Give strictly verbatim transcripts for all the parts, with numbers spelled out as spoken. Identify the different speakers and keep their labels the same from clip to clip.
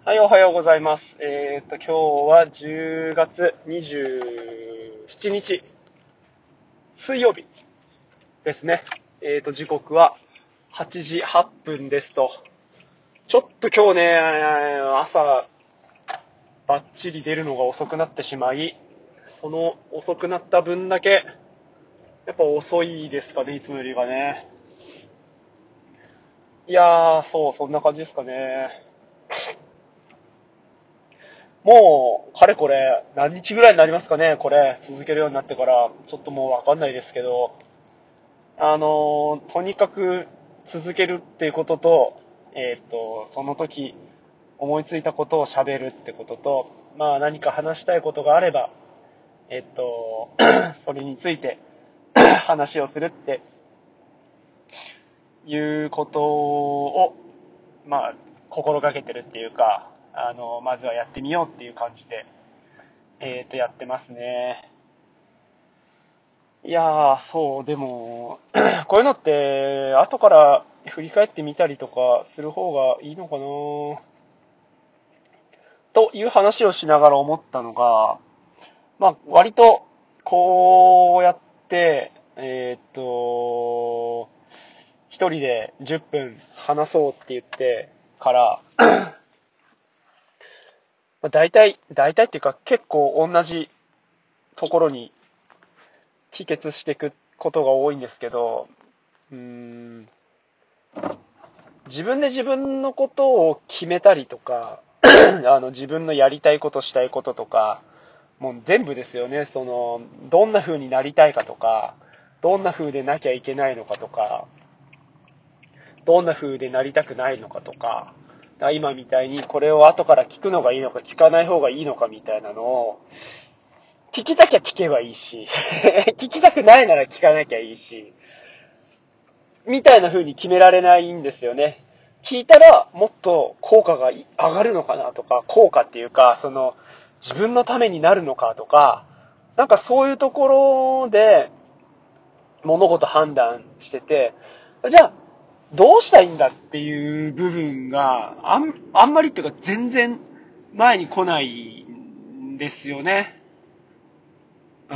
Speaker 1: はい、おはようございます。えっと、今日はじゅうがつにじゅうしちにち、水曜日ですね。えっと、時刻ははちじはっぷんですと。ちょっと今日ね、朝、バッチリ出るのが遅くなってしまい、その遅くなった分だけ、やっぱ遅いですかね、いつもよりがね。いやー、そう、そんな感じですかね。もう、かれこれ、何日ぐらいになりますかね、これ、続けるようになってから、ちょっともうわかんないですけど、あのーとにかく続けるっていうことと、えっと、その時思いついたことを喋るってことと、まあ何か話したいことがあれば、えっと、それについて話をするっていうことを、まあ、心がけてるっていうか、あの、まずはやってみようっていう感じで、えっと、やってますね。いやー、そう、でも、こういうのって、後から振り返ってみたりとかする方がいいのかなという話をしながら思ったのが、まあ、割と、こうやって、えーっと、一人でじゅっぷん話そうって言ってから、まあ、大体、大体っていうか結構同じところに帰結していくことが多いんですけど、うーん、自分で自分のことを決めたりとか、あの自分のやりたいことしたいこととか、もう全部ですよね。その、どんな風になりたいかとか、どんな風でなきゃいけないのかとか、どんな風でなりたくないのかとか、今みたいにこれを後から聞くのがいいのか聞かない方がいいのかみたいなのを、聞きたきゃ聞けばいいし、聞きたくないなら聞かなきゃいいし、みたいな風に決められないんですよね。聞いたらもっと効果が上がるのかなとか、効果っていうか、その自分のためになるのかとか、なんかそういうところで物事判断してて、じゃあどうしたいんだっていう部分があんあんまりっていうか全然前に来ないんですよね。うん、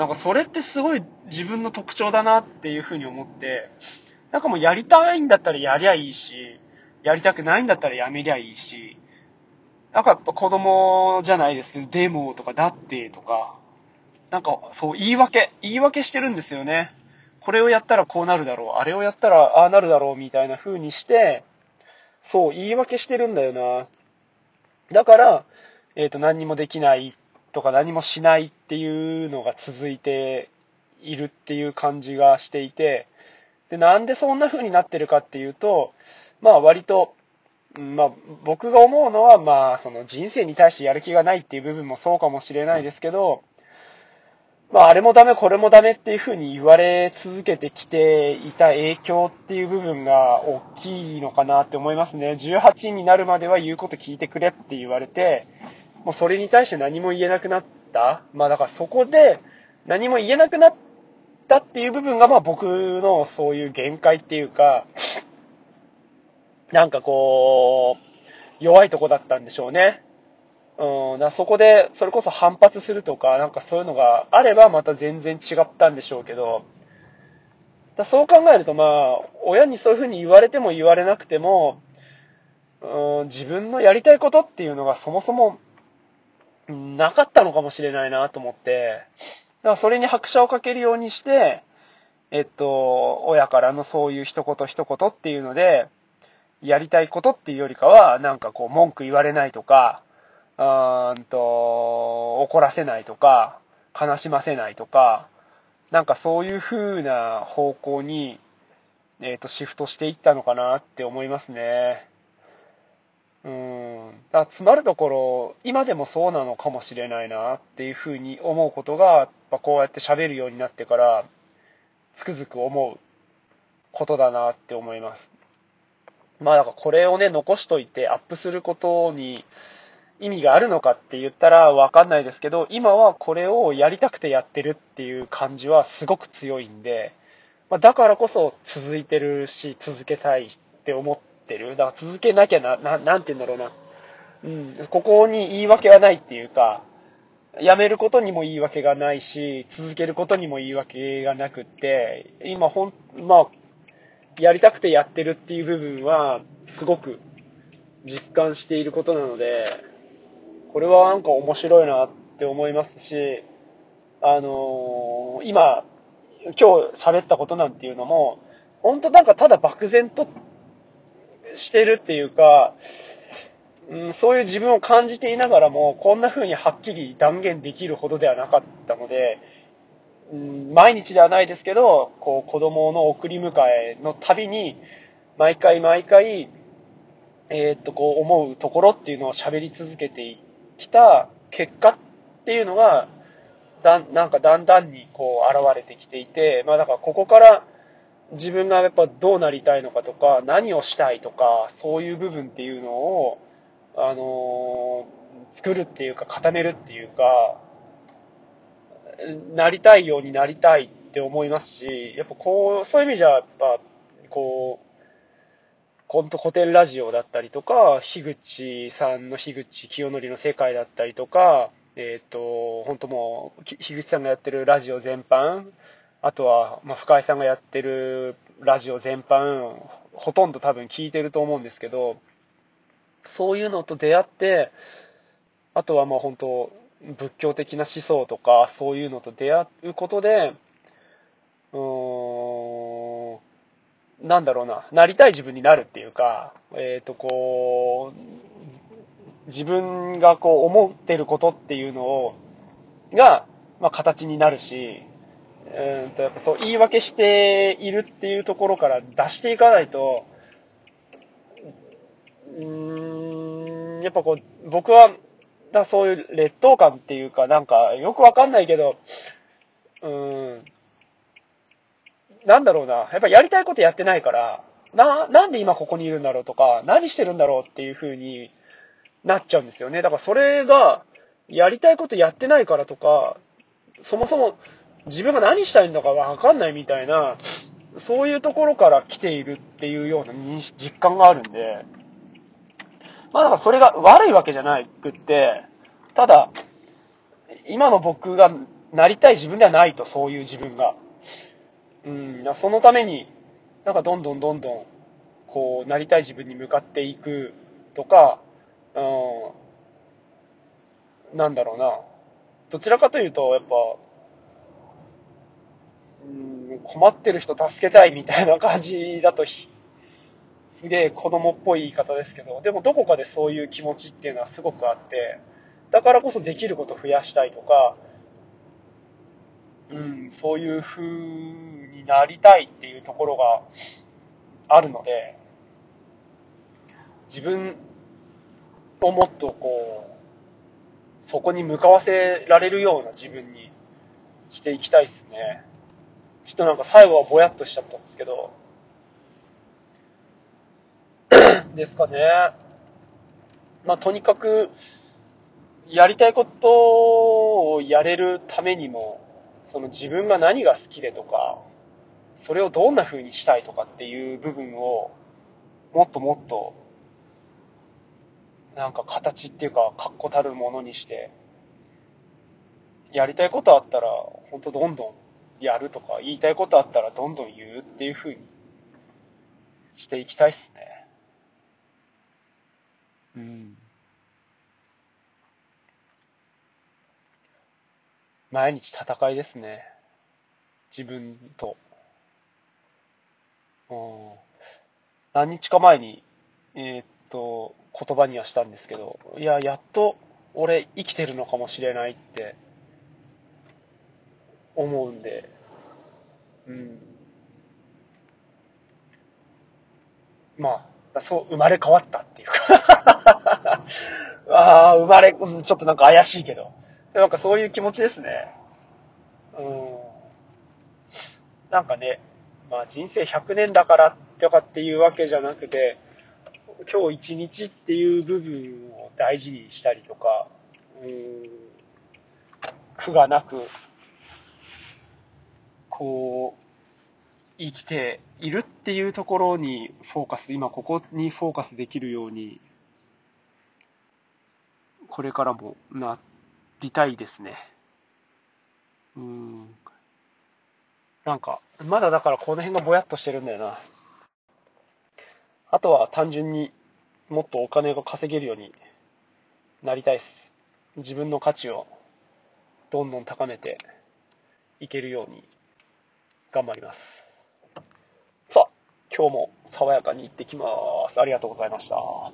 Speaker 1: なんかそれってすごい自分の特徴だなっていうふうに思って、なんかもうやりたいんだったらやりゃいいし、やりたくないんだったらやめりゃいいし、なんかやっぱ子供じゃないですけど、でもとかだってとか、なんかそう言い訳、言い訳してるんですよね。これをやったらこうなるだろう、あれをやったらああなるだろうみたいな風にして、そう言い訳してるんだよな。だから、えっと何にもできないとか何もしないっていうのが続いているっていう感じがしていて、で、なんでそんな風になってるかっていうと、まあ割と、まあ僕が思うのは、まあその人生に対してやる気がないっていう部分もそうかもしれないですけど、まああれもダメこれもダメっていう風に言われ続けてきていた影響っていう部分が大きいのかなって思いますね。じゅうはちになるまでは言うこと聞いてくれって言われて、もうそれに対して何も言えなくなった。まあだからそこで何も言えなくなったっていう部分がまあ僕のそういう限界っていうか、なんかこう、弱いとこだったんでしょうね。うん、だそこで、それこそ反発するとか、なんかそういうのがあればまた全然違ったんでしょうけど、だそう考えるとまあ、親にそういうふうに言われても言われなくても、うん、自分のやりたいことっていうのがそもそもなかったのかもしれないなと思って、だからそれに拍車をかけるようにして、えっと、親からのそういう一言一言っていうので、やりたいことっていうよりかは、なんかこう文句言われないとか、うーんと、怒らせないとか、悲しませないとか、なんかそういう風な方向に、えっと、シフトしていったのかなって思いますね。うん。だからつまるところ、今でもそうなのかもしれないなっていう風に思うことが、やっぱこうやって喋るようになってから、つくづく思うことだなって思います。まあだからこれをね、残しといてアップすることに意味があるのかって言ったらわかんないですけど、今はこれをやりたくてやってるっていう感じはすごく強いんで、まあ、だからこそ続いてるし、続けたいって思ってる。だから続けなきゃな、な、なんて言うんだろうな。 うん、ここに言い訳はないっていうか、やめることにも言い訳がないし、続けることにも言い訳がなくって、今ほん、まあ、やりたくてやってるっていう部分は、すごく実感していることなので、これはなんか面白いなって思いますし、あのー今、今日喋ったことなんていうのも、本当なんかただ漠然としてるっていうか、うん、そういう自分を感じていながらも、こんな風にはっきり断言できるほどではなかったので、うん、毎日ではないですけど、こう子供の送り迎えのたびに、毎回毎回、えーっと、こう思うところっていうのを喋り続けてきた結果っていうのが、だん、なんかだんだんにこう現れてきていて、まあだからここから自分がやっぱどうなりたいのかとか、何をしたいとか、そういう部分っていうのを、あのー作るっていうか固めるっていうか、なりたいようになりたいって思いますし、やっぱこう、そういう意味じゃ、やっぱ、こう、コント古典ラジオだったりとか、樋口さんの樋口清則の世界だったりとか、えっ、と、本当もう、樋口さんがやってるラジオ全般、あとは、まあ、深井さんがやってるラジオ全般、ほとんど多分聞いてると思うんですけど、そういうのと出会って、あとはまあ本当、仏教的な思想とか、そういうのと出会うことで、うーん、なんだろうな、なりたい自分になるっていうか、えっ、と、こう、自分がこう思ってることっていうのを、が、まあ形になるし、うんと、やっぱそう言い訳しているっていうところから出していかないと、うーん、やっぱこう、僕は、だそういう劣等感っていうか、なんか、よくわかんないけど、うーん、なんだろうな、やっぱやりたいことやってないから、な、なんで今ここにいるんだろうとか、何してるんだろうっていう風になっちゃうんですよね。だからそれが、やりたいことやってないからとか、そもそも自分が何したいんだかわかんないみたいな、そういうところから来ているっていうような認識実感があるんで、まあだからそれが悪いわけじゃなくって、ただ、今の僕がなりたい自分ではないと、そういう自分が。うん、そのために、なんかどんどんどんどん、こう、なりたい自分に向かっていくとか、うん、なんだろうな。どちらかというと、やっぱ、うん、困ってる人助けたいみたいな感じだと、すげえ子供っぽい言い方ですけど、でもどこかでそういう気持ちっていうのはすごくあって、だからこそできること増やしたいとか、うん、そういう風になりたいっていうところがあるので、自分をもっとこう、そこに向かわせられるような自分にしていきたいですね。ちょっとなんか最後はぼやっとしちゃったんですけど、ですかね。まあとにかく、やりたいことをやれるためにも、その自分が何が好きでとか、それをどんな風にしたいとかっていう部分を、もっともっと、なんか形っていうか、確固たるものにして、やりたいことあったら、ほんとどんどんやるとか、言いたいことあったらどんどん言うっていう風にしていきたいっすね。うん。毎日戦いですね。自分と。うん。何日か前に、えーっと、言葉にはしたんですけど、いや、やっと俺生きてるのかもしれないって思うんで、うん。まあ、そう、生まれ変わったっていうかああ、生まれ、うん、ちょっとなんか怪しいけど。なんかそういう気持ちですね。うん。なんかね、まあ人生ひゃくねんだからとかっていうわけじゃなくて、今日一日っていう部分を大事にしたりとか、うん、苦がなく、こう、生きているっていうところにフォーカス、今ここにフォーカスできるようにこれからもなりたいですね。うーん。なんか、まだだからこの辺がぼやっとしてるんだよな。あとは単純にもっとお金が稼げるようになりたいです。自分の価値をどんどん高めていけるように頑張ります。さあ、今日も爽やかに行ってきます。ありがとうございました。